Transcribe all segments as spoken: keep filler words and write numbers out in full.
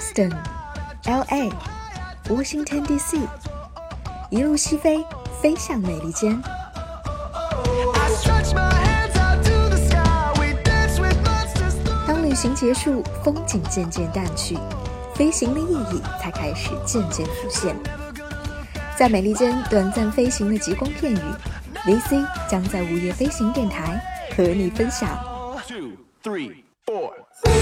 Boston、L A、Washington D C， 一路西飞，飞向美利坚。当旅行结束，风景渐渐淡去，飞行的意义才开始渐渐浮现。在美利坚短暂飞行的极光片语 ，V C 将在午夜飞行电台和你分享。Two, three, four.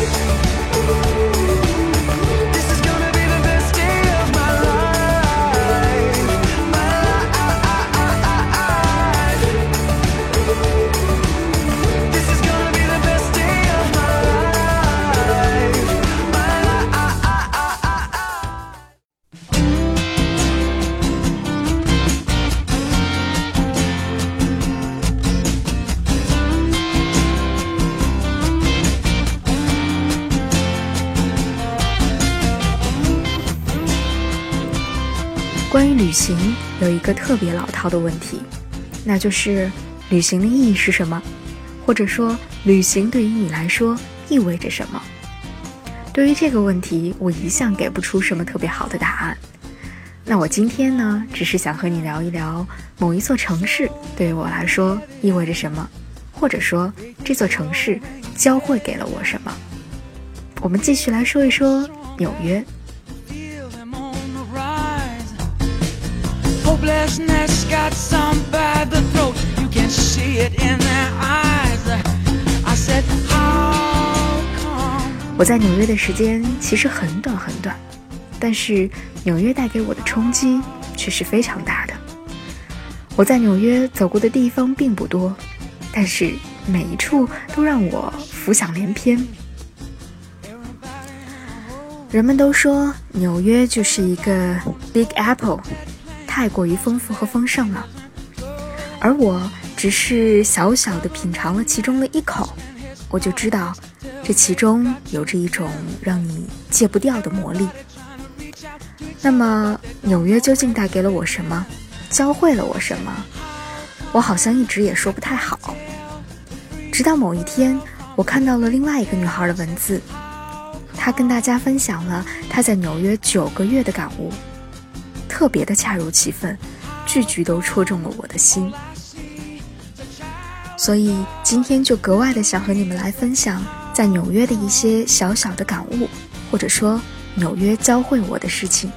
关于旅行有一个特别老套的问题，那就是旅行的意义是什么？或者说旅行对于你来说意味着什么？对于这个问题，我一向给不出什么特别好的答案。那我今天呢，只是想和你聊一聊某一座城市对于我来说意味着什么，或者说这座城市教会给了我什么。我们继续来说一说纽约。 Hopelessness got some by the throat. You can see it in their eyes. I said, how come? 我在纽约的时间其实很短很短，但是纽约带给我的冲击却是非常大的。我在纽约走过的地方并不多，但是每一处都让我浮想联翩。人们都说纽约就是一个 Big Apple，太过于丰富和丰盛了，而我只是小小的品尝了其中的一口，我就知道这其中有着一种让你戒不掉的魔力。那么纽约究竟带给了我什么，教会了我什么，我好像一直也说不太好。直到某一天，我看到了另外一个女孩的文字，她跟大家分享了她在纽约九个月的感悟，特别的恰如其分，句句都戳中了我的心。所以今天就格外的想和你们来分享在纽约的一些小小的感悟，或者说纽约教会我的事情。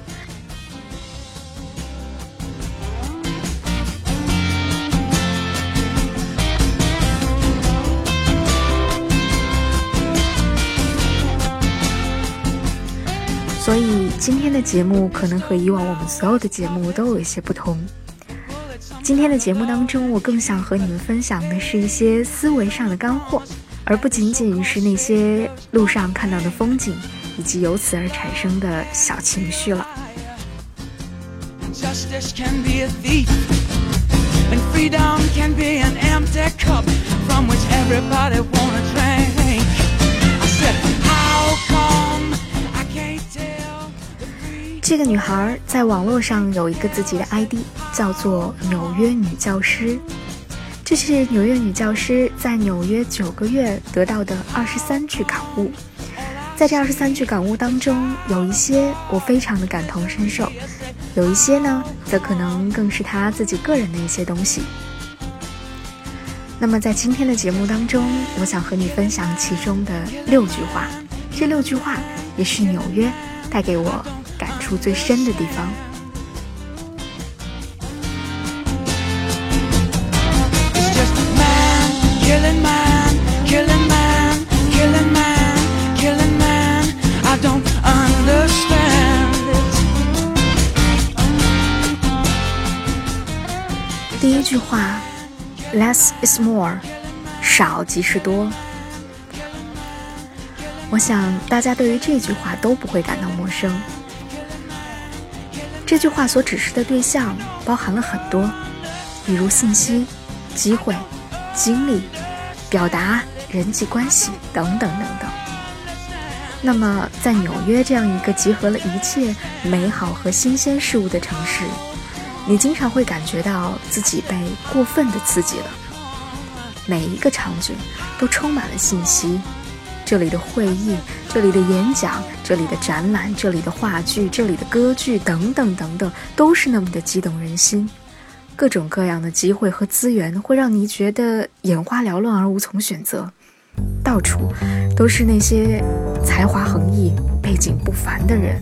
所以今天的节目可能和以往我们所有的节目都有一些不同。今天的节目当中，我更想和你们分享的是一些思维上的干货，而不仅仅是那些路上看到的风景以及由此而产生的小情绪了。 Justice can be a thief, and freedom can be an empty cup from which everybody wanna drink. I said, how come I can't tell? 这个女孩在网络上有一个自己的 I D， 叫做纽约女教师。这是纽约女教师在纽约九个月得到的二十三句感悟。在这二十三句感悟当中，有一些我非常的感同身受，有一些呢，则可能更是她自己个人的一些东西。那么在今天的节目当中，我想和你分享其中的六句话，这六句话也是纽约带给我感触最深的地方。 Killing man, killing man, killing man, killing man, I don't understand it. 第一句话 Less is more， 少即是多。我想大家对于这句话都不会感到陌生。这句话所指示的对象包含了很多，比如信息、机会、经历、表达、人际关系等等等等。那么在纽约这样一个集合了一切美好和新鲜事物的城市，你经常会感觉到自己被过分的刺激了。每一个场景都充满了信息， 这里的会议，这里的演讲，这里的展览，这里的话剧，这里的歌剧等等等等，都是那么的激动人心。各种各样的机会和资源会让你觉得眼花缭乱而无从选择，到处都是那些才华横溢、背景不凡的人。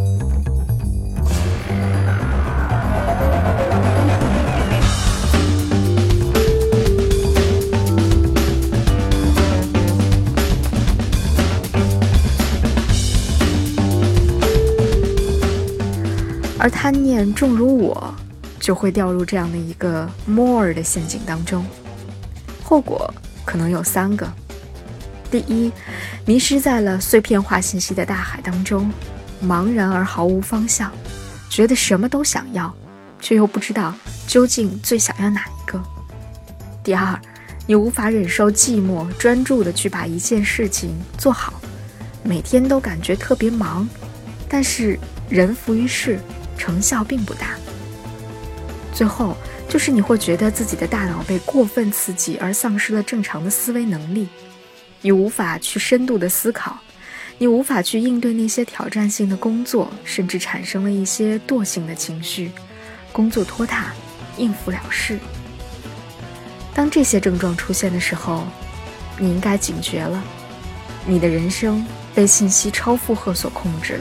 而贪念重如我，就会掉入这样的一个 more 的陷阱当中，后果可能有三个。第一，迷失在了碎片化信息的大海当中，茫然而毫无方向，觉得什么都想要，却又不知道究竟最想要哪一个。第二，你无法忍受寂寞，专注地去把一件事情做好，每天都感觉特别忙，但是人浮于事，成效并不大。最后就是你会觉得自己的大脑被过分刺激而丧失了正常的思维能力，你无法去深度的思考，你无法去应对那些挑战性的工作，甚至产生了一些惰性的情绪，工作拖沓，应付了事。当这些症状出现的时候，你应该警觉了，你的人生被信息超负荷所控制了。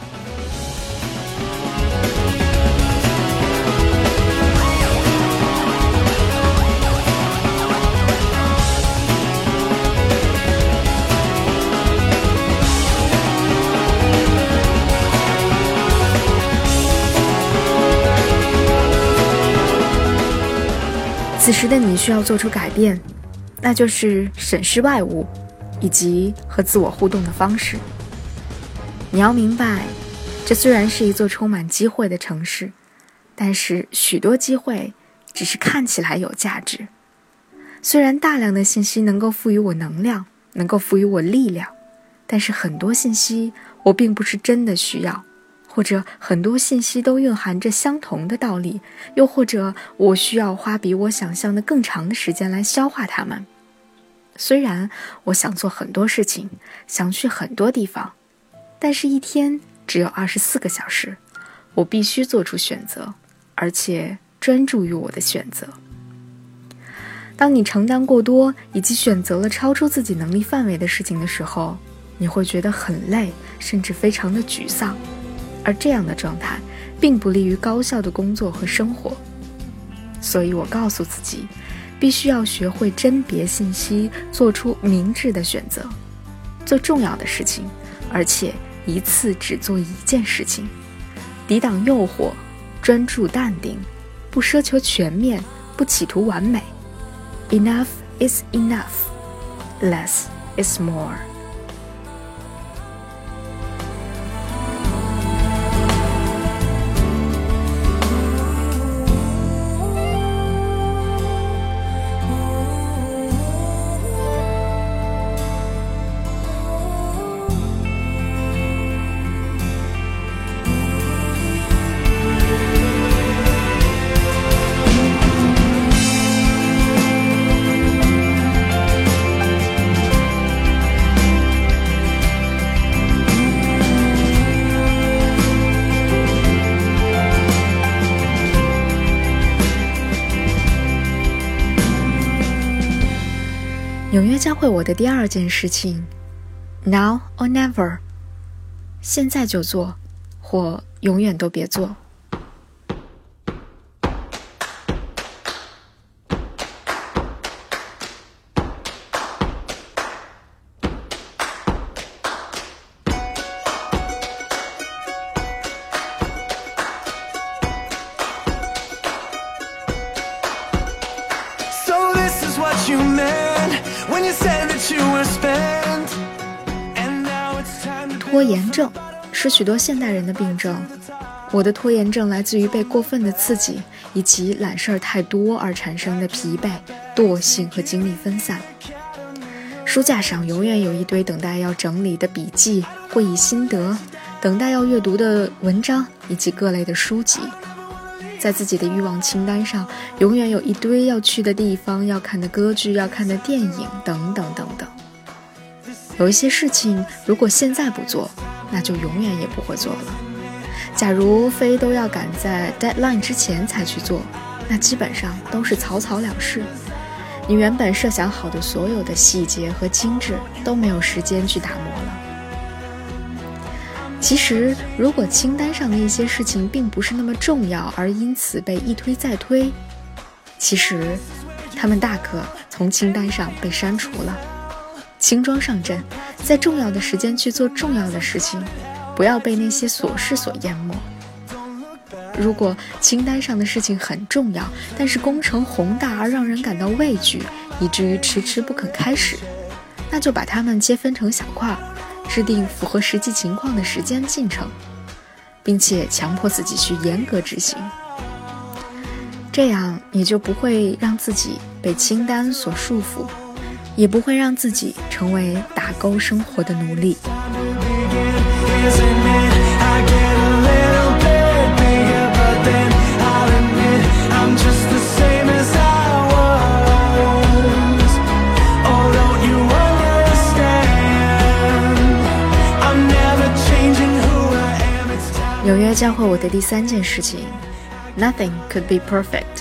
此时的你需要做出改变，那就是审视外物以及和自我互动的方式。你要明白，这虽然是一座充满机会的城市，但是许多机会只是看起来有价值。虽然大量的信息能够赋予我能量，能够赋予我力量，但是很多信息我并不是真的需要，或者很多信息都蕴含着相同的道理，又或者我需要花比我想象的更长的时间来消化它们。虽然我想做很多事情，想去很多地方，但是一天只有二十四个小时，我必须做出选择，而且专注于我的选择。当你承担过多，以及选择了超出自己能力范围的事情的时候，你会觉得很累，甚至非常的沮丧。而这样的状态并不利于高效的工作和生活。所以我告诉自己，必须要学会甄别信息，做出明智的选择，做重要的事情，而且一次只做一件事情，抵挡诱惑，专注淡定，不奢求全面，不企图完美。 Enough is enough, less is more。纽约教会我的第二件事情 Now or never， 现在就做，或永远都别做。拖延症是许多现代人的病症。我的拖延症来自于被过分的刺激以及懒事儿太多而产生的疲惫、惰性和精力分散。书架上永远有一堆等待要整理的笔记、会议心得，等待要阅读的文章以及各类的书籍。在自己的欲望清单上永远有一堆要去的地方、要看的歌剧、要看的电影等等等等。 有一些事情如果现在不做，那就永远也不会做了。假如非都要赶在 deadline 之前才去做，那基本上都是草草了事。你原本设想好的所有的细节和精致都没有时间去打磨了。其实如果清单上的一些事情并不是那么重要，而因此被一推再推，其实他们大可从清单上被删除了。轻装上阵，在重要的时间去做重要的事情，不要被那些琐事所淹没。如果清单上的事情很重要，但是工程宏大而让人感到畏惧，以至于迟迟不肯开始，那就把它们切分成小块，制定符合实际情况的时间进程，并且强迫自己去严格执行。这样你就不会让自己被清单所束缚，也不会让自己成为打勾生活的奴隶。纽约教会我的第三件事情 Nothing could be perfect。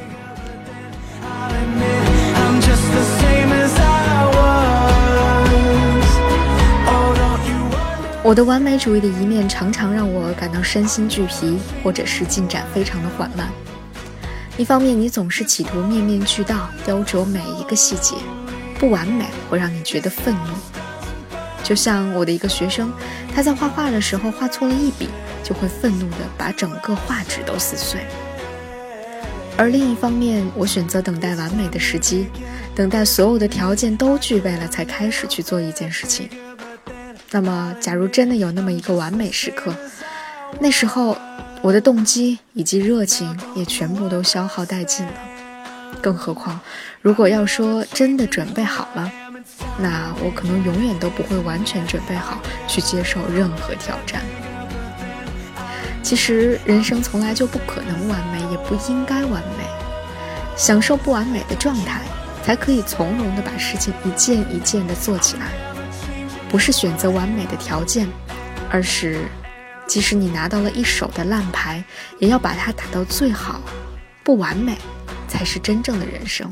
我的完美主义的一面常常让我感到身心俱疲，或者是进展非常的缓慢。一方面你总是企图面面俱到，雕琢每一个细节，不完美会让你觉得愤怒。就像我的一个学生，他在画画的时候画错了一笔，就会愤怒地把整个画纸都撕碎。而另一方面，我选择等待完美的时机，等待所有的条件都具备了才开始去做一件事情。那么假如真的有那么一个完美时刻，那时候我的动机以及热情也全部都消耗殆尽了。更何况如果要说真的准备好了，那我可能永远都不会完全准备好去接受任何挑战。其实人生从来就不可能完美，也不应该完美。享受不完美的状态，才可以从容地把事情一件一件地做起来。不是选择完美的条件，而是即使你拿到了一手的烂牌，也要把它打到最好。不完美才是真正的人生。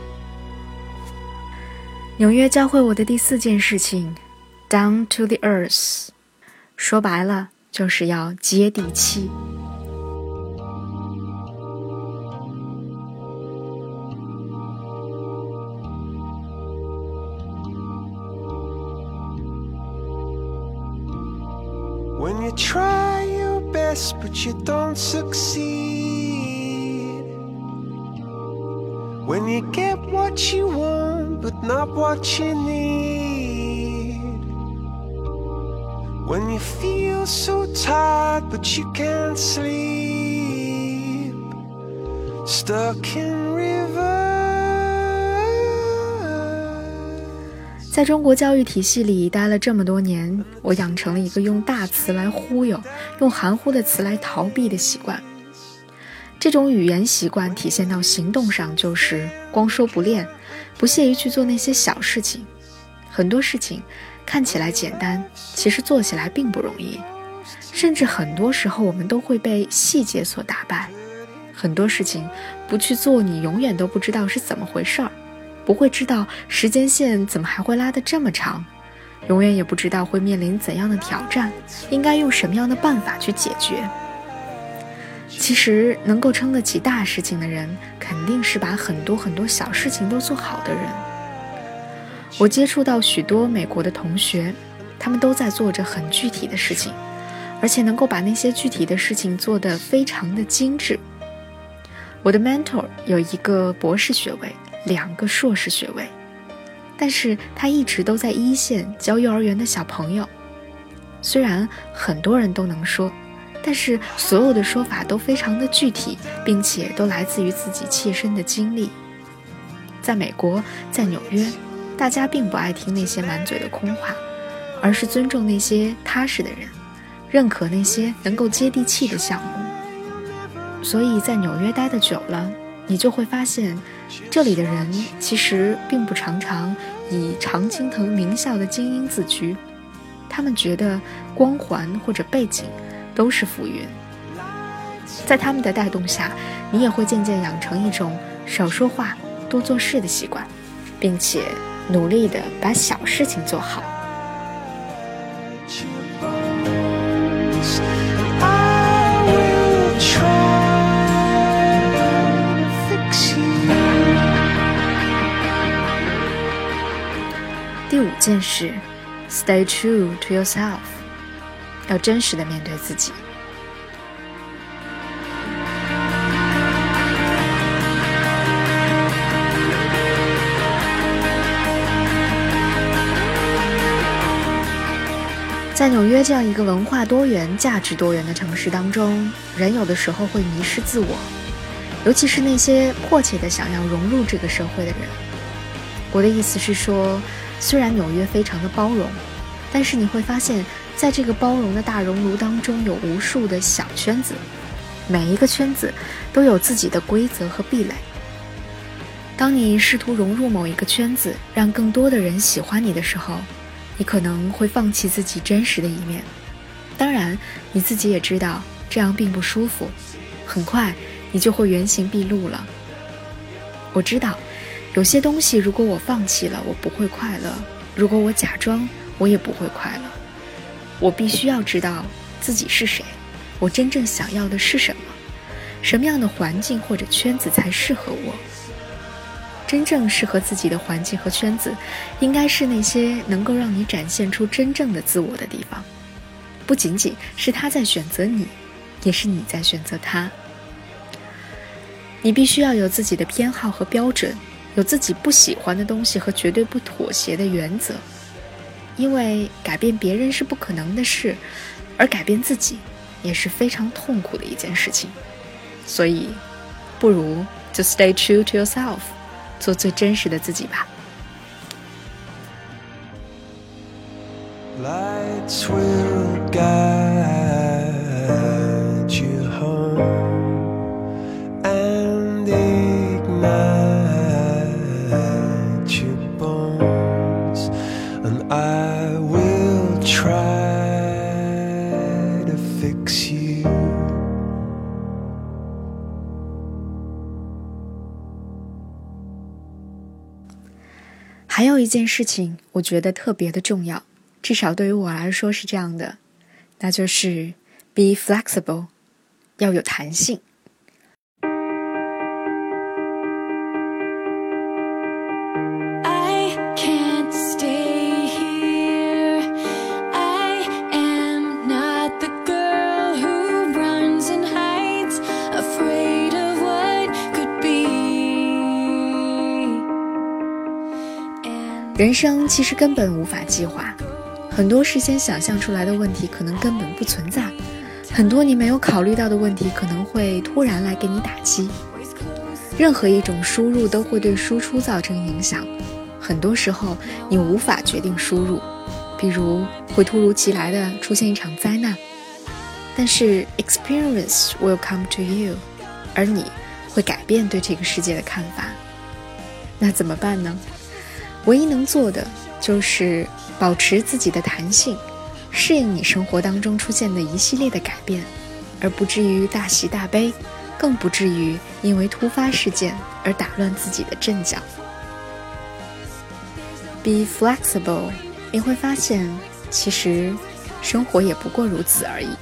纽约教会我的第四件事情 Down to the earth， 说白了就是要接地气。 When you try your best but you don't succeed, when you get what you want but not what you need, when you feel so tired but you can't sleep, stuck in river。 在中国教育体系里待了这么多年，我养成了一个用大词来忽悠，用含糊的词来逃避的习惯。这种语言习惯体现到行动上，就是光说不练，不屑于去做那些小事情。很多事情看起来简单，其实做起来并不容易，甚至很多时候我们都会被细节所打败。很多事情不去做，你永远都不知道是怎么回事儿，不会知道时间线怎么还会拉得这么长，永远也不知道会面临怎样的挑战，应该用什么样的办法去解决。其实能够撑得起大事情的人，肯定是把很多很多小事情都做好的人。我接触到许多美国的同学，他们都在做着很具体的事情，而且能够把那些具体的事情做得非常的精致。我的 mentor 有一个博士学位，两个硕士学位，但是他一直都在一线教幼儿园的小朋友。虽然很多人都能说，但是所有的说法都非常的具体，并且都来自于自己切身的经历。在美国，在纽约，大家并不爱听那些满嘴的空话，而是尊重那些踏实的人，认可那些能够接地气的项目。所以在纽约待得久了，你就会发现这里的人其实并不常常以常青藤名校的精英自居，他们觉得光环或者背景都是浮云。在他们的带动下，你也会渐渐养成一种少说话多做事的习惯，并且努力地把小事情做好。第五件事 Stay true to yourself， 要真实地面对自己。在纽约这样一个文化多元、价值多元的城市当中，人有的时候会迷失自我，尤其是那些迫切地想要融入这个社会的人。我的意思是说，虽然纽约非常的包容，但是你会发现在这个包容的大熔炉当中有无数的小圈子，每一个圈子都有自己的规则和壁垒。当你试图融入某一个圈子，让更多的人喜欢你的时候，你可能会放弃自己真实的一面。当然你自己也知道这样并不舒服，很快你就会原形毕露了。我知道有些东西如果我放弃了，我不会快乐，如果我假装，我也不会快乐。我必须要知道自己是谁，我真正想要的是什么，什么样的环境或者圈子才适合我。真正适合自己的环境和圈子，应该是那些能够让你展现出真正的自我的地方，不仅仅是他在选择你，也是你在选择他。你必须要有自己的偏好和标准，有自己不喜欢的东西和绝对不妥协的原则，因为改变别人是不可能的事，而改变自己也是非常痛苦的一件事情。所以不如就 stay true to yourself， 做最真实的自己吧。 Lights will guide you home and ignite your bones, and I will try to fix you. 还有一件事情我觉得特别的重要，至少对于我来说是这样的，那就是 be flexible， 要有弹性。人生其实根本无法计划，很多事先想象出来的问题可能根本不存在，很多你没有考虑到的问题可能会突然来给你打击。任何一种输入都会对输出造成影响，很多时候你无法决定输入，比如会突如其来的出现一场灾难，但是 experience will come to you， 而你会改变对这个世界的看法。那怎么办呢？唯一能做的就是保持自己的弹性，适应你生活当中出现的一系列的改变，而不至于大喜大悲，更不至于因为突发事件而打乱自己的阵脚。 Be flexible， 你会发现其实生活也不过如此而已。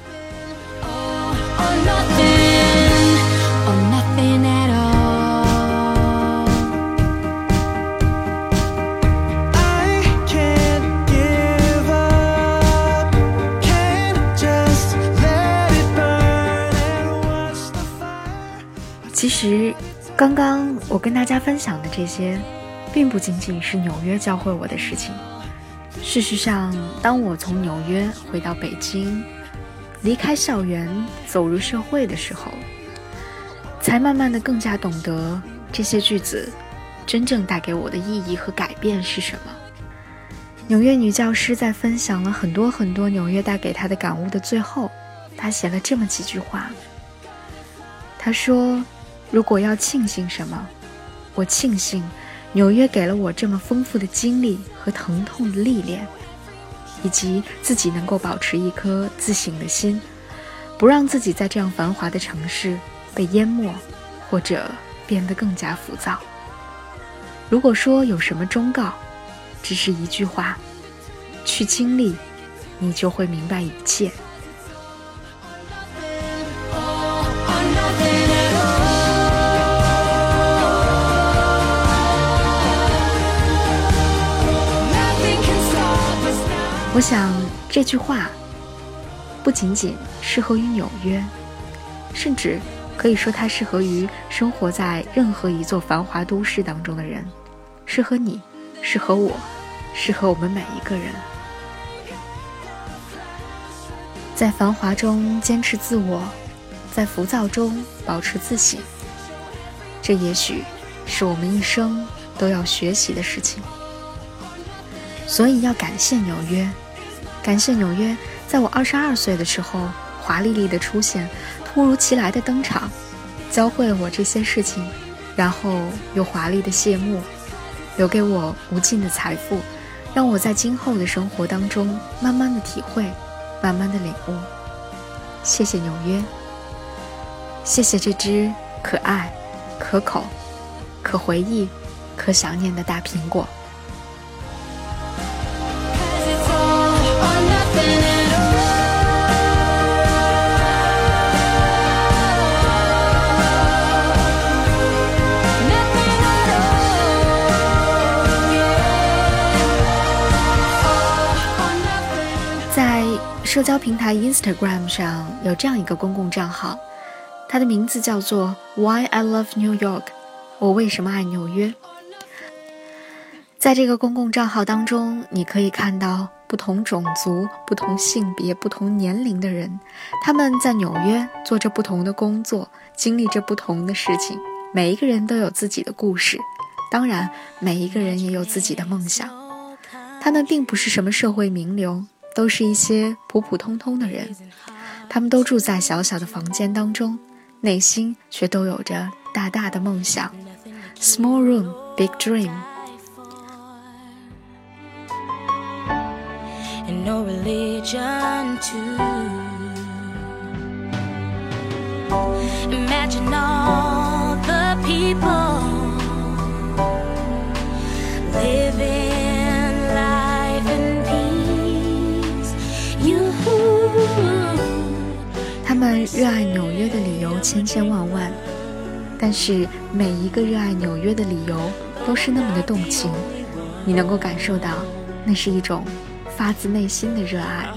其实刚刚我跟大家分享的这些并不仅仅是纽约教会我的事情。事实上，当我从纽约回到北京，离开校园走入社会的时候，才慢慢的更加懂得这些句子真正带给我的意义和改变是什么。纽约女教师在分享了很多很多纽约带给她的感悟的最后，她写了这么几句话。她说，如果要庆幸什么， 我庆幸纽约给了我这么丰富的经历和疼痛的历练，以及自己能够保持一颗自省的心，不让自己在这样繁华的城市被淹没，或者变得更加浮躁。如果说有什么忠告，只是一句话：去经历，你就会明白一切。我想这句话不仅仅适合于纽约，甚至可以说它适合于生活在任何一座繁华都市当中的人，适合你，适合我，适合我们每一个人。在繁华中坚持自我，在浮躁中保持自省，这也许是我们一生都要学习的事情。所以要感谢纽约，感谢纽约在我二十二岁的时候华丽丽的出现，突如其来的登场，教会了我这些事情，然后又华丽的谢幕，留给我无尽的财富，让我在今后的生活当中慢慢的体会，慢慢的领悟。谢谢纽约，谢谢这只可爱、可口、可回忆、可想念的大苹果。社交平台 Instagram 上有这样一个公共账号，它的名字叫做 Why I Love New York， 我为什么爱纽约。在这个公共账号当中，你可以看到不同种族、不同性别、不同年龄的人，他们在纽约做着不同的工作，经历着不同的事情，每一个人都有自己的故事，当然每一个人也有自己的梦想。他们并不是什么社会名流，都是一些普普通通的人，他们都住在小小的房间当中，内心却都有着大大的梦想。 Small room, big dream. And no religion too. Imagine all the people living 他们热爱纽约的理由千千万万，但是每一个热爱纽约的理由都是那么的动情，你能够感受到那是一种发自内心的热爱。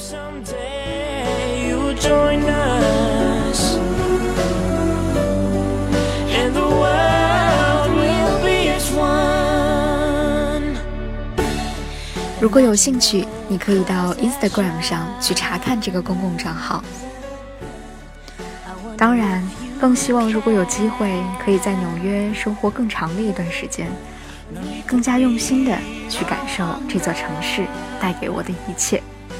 如果有兴趣，你可以到 Instagram 上去查看这个公共账号。当然，更希望如果有机会，可以在纽约生活更长的一段时间，更加用心的去感受这座城市带给我的一切。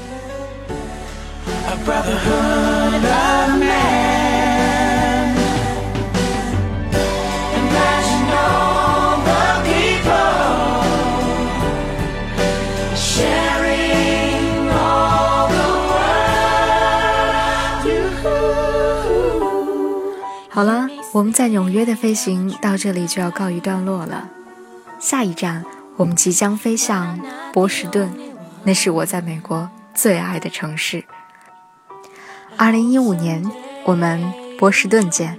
好了，我们在纽约的飞行到这里就要告一段落了。下一站，我们即将飞向波士顿，那是我在美国最爱的城市。二零一五年，我们波士顿见。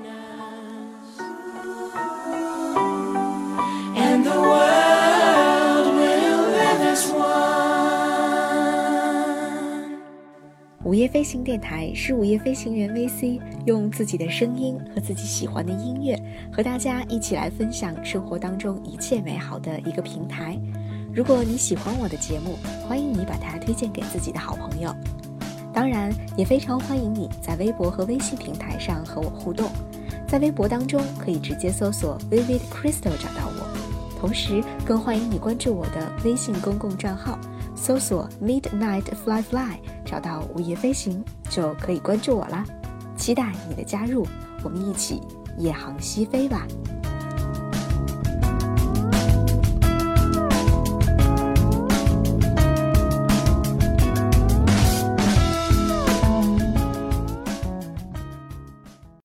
午夜飞行电台是午夜飞行员 V C 用自己的声音和自己喜欢的音乐和大家一起来分享生活当中一切美好的一个平台。如果你喜欢我的节目，欢迎你把它推荐给自己的好朋友。当然也非常欢迎你在微博和微信平台上和我互动。在微博当中可以直接搜索 Vivid Crystal 找到我，同时更欢迎你关注我的微信公共账号，搜索 Midnight Fly Fly 找到午夜飞行就可以关注我啦。期待你的加入，我们一起夜航西飞吧。